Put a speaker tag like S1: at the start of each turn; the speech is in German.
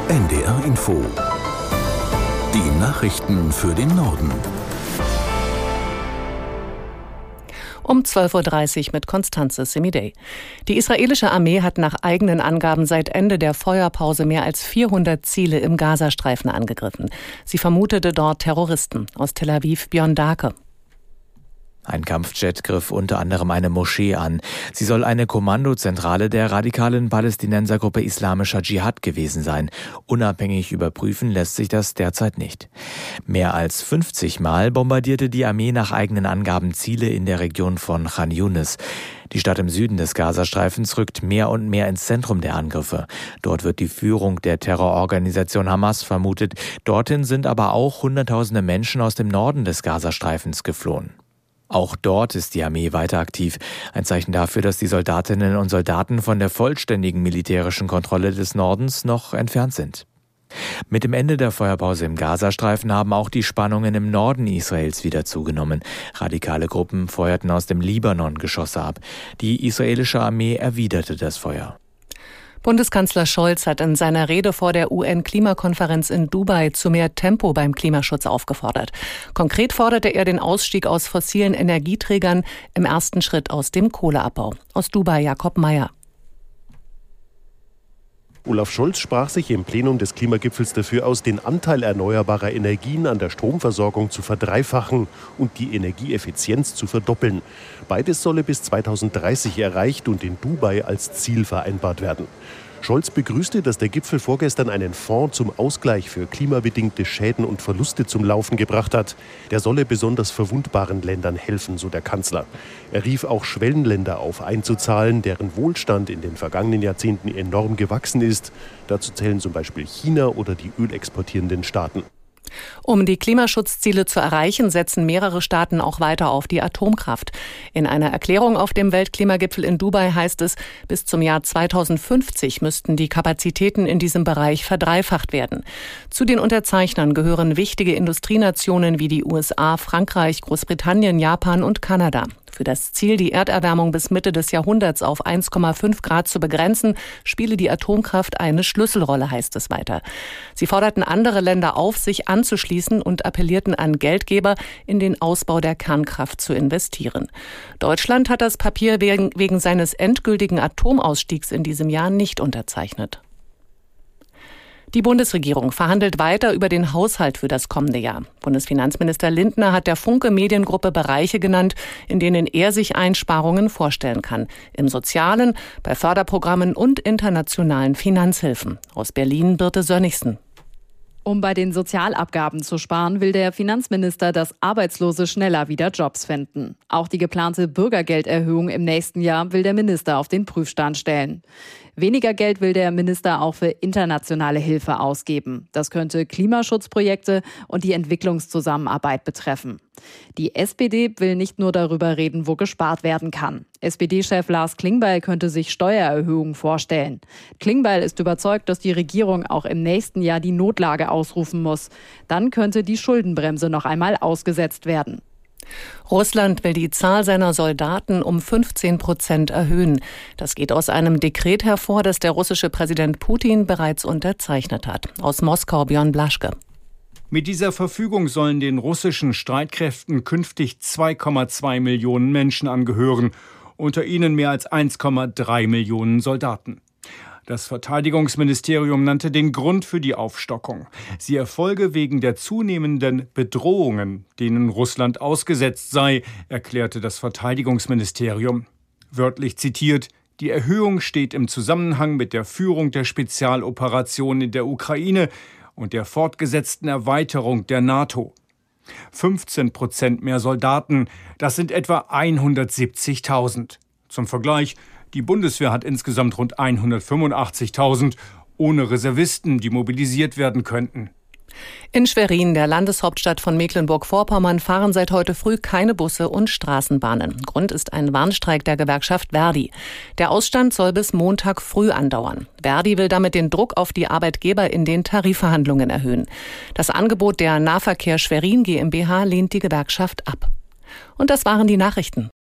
S1: NDR Info. Die Nachrichten für den Norden.
S2: Um 12.30 Uhr mit Konstanze Semidey. Die israelische Armee hat nach eigenen Angaben seit Ende der Feuerpause mehr als 400 Ziele im Gazastreifen angegriffen. Sie vermutete dort Terroristen. Aus Tel Aviv Björn Dake.
S3: Ein Kampfjet griff unter anderem eine Moschee an. Sie soll eine Kommandozentrale der radikalen Palästinensergruppe Islamischer Dschihad gewesen sein. Unabhängig überprüfen lässt sich das derzeit nicht. Mehr als 50 Mal bombardierte die Armee nach eigenen Angaben Ziele in der Region von Khan Yunis. Die Stadt im Süden des Gazastreifens rückt mehr und mehr ins Zentrum der Angriffe. Dort wird die Führung der Terrororganisation Hamas vermutet. Dorthin sind aber auch Hunderttausende Menschen aus dem Norden des Gazastreifens geflohen. Auch dort ist die Armee weiter aktiv. Ein Zeichen dafür, dass die Soldatinnen und Soldaten von der vollständigen militärischen Kontrolle des Nordens noch entfernt sind. Mit dem Ende der Feuerpause im Gazastreifen haben auch die Spannungen im Norden Israels wieder zugenommen. Radikale Gruppen feuerten aus dem Libanon Geschosse ab. Die israelische Armee erwiderte das Feuer.
S2: Bundeskanzler Scholz hat in seiner Rede vor der UN-Klimakonferenz in Dubai zu mehr Tempo beim Klimaschutz aufgefordert. Konkret forderte er den Ausstieg aus fossilen Energieträgern, im ersten Schritt aus dem Kohleabbau. Aus Dubai Jakob Mayer.
S4: Olaf Scholz sprach sich im Plenum des Klimagipfels dafür aus, den Anteil erneuerbarer Energien an der Stromversorgung zu verdreifachen und die Energieeffizienz zu verdoppeln. Beides solle bis 2030 erreicht und in Dubai als Ziel vereinbart werden. Scholz begrüßte, dass der Gipfel vorgestern einen Fonds zum Ausgleich für klimabedingte Schäden und Verluste zum Laufen gebracht hat. Der solle besonders verwundbaren Ländern helfen, so der Kanzler. Er rief auch Schwellenländer auf, einzuzahlen, deren Wohlstand in den vergangenen Jahrzehnten enorm gewachsen ist. Dazu zählen zum Beispiel China oder die ölexportierenden Staaten.
S2: Um die Klimaschutzziele zu erreichen, setzen mehrere Staaten auch weiter auf die Atomkraft. In einer Erklärung auf dem Weltklimagipfel in Dubai heißt es, bis zum Jahr 2050 müssten die Kapazitäten in diesem Bereich verdreifacht werden. Zu den Unterzeichnern gehören wichtige Industrienationen wie die USA, Frankreich, Großbritannien, Japan und Kanada. Für das Ziel, die Erderwärmung bis Mitte des Jahrhunderts auf 1,5 Grad zu begrenzen, spiele die Atomkraft eine Schlüsselrolle, heißt es weiter. Sie forderten andere Länder auf, sich anzuschließen und appellierten an Geldgeber, in den Ausbau der Kernkraft zu investieren. Deutschland hat das Papier wegen seines endgültigen Atomausstiegs in diesem Jahr nicht unterzeichnet. Die Bundesregierung verhandelt weiter über den Haushalt für das kommende Jahr. Bundesfinanzminister Lindner hat der Funke Mediengruppe Bereiche genannt, in denen er sich Einsparungen vorstellen kann. Im Sozialen, bei Förderprogrammen und internationalen Finanzhilfen. Aus Berlin Birte Sönnigsen.
S5: Um bei den Sozialabgaben zu sparen, will der Finanzminister, dass Arbeitslose schneller wieder Jobs finden. Auch die geplante Bürgergelderhöhung im nächsten Jahr will der Minister auf den Prüfstand stellen. Weniger Geld will der Minister auch für internationale Hilfe ausgeben. Das könnte Klimaschutzprojekte und die Entwicklungszusammenarbeit betreffen. Die SPD will nicht nur darüber reden, wo gespart werden kann. SPD-Chef Lars Klingbeil könnte sich Steuererhöhungen vorstellen. Klingbeil ist überzeugt, dass die Regierung auch im nächsten Jahr die Notlage ausrufen muss. Dann könnte die Schuldenbremse noch einmal ausgesetzt werden.
S2: Russland will die Zahl seiner Soldaten um 15% erhöhen. Das geht aus einem Dekret hervor, das der russische Präsident Putin bereits unterzeichnet hat. Aus Moskau Björn Blaschke.
S6: Mit dieser Verfügung sollen den russischen Streitkräften künftig 2,2 Millionen Menschen angehören, unter ihnen mehr als 1,3 Millionen Soldaten. Das Verteidigungsministerium nannte den Grund für die Aufstockung. Sie erfolge wegen der zunehmenden Bedrohungen, denen Russland ausgesetzt sei, erklärte das Verteidigungsministerium. Wörtlich zitiert: Die Erhöhung steht im Zusammenhang mit der Führung der Spezialoperation in der Ukraine und der fortgesetzten Erweiterung der NATO. 15% mehr Soldaten, das sind etwa 170.000. Zum Vergleich: Die Bundeswehr hat insgesamt rund 185.000, ohne Reservisten, die mobilisiert werden könnten.
S2: In Schwerin, der Landeshauptstadt von Mecklenburg-Vorpommern, fahren seit heute früh keine Busse und Straßenbahnen. Grund ist ein Warnstreik der Gewerkschaft Verdi. Der Ausstand soll bis Montag früh andauern. Verdi will damit den Druck auf die Arbeitgeber in den Tarifverhandlungen erhöhen. Das Angebot der Nahverkehr Schwerin GmbH lehnt die Gewerkschaft ab. Und das waren die Nachrichten.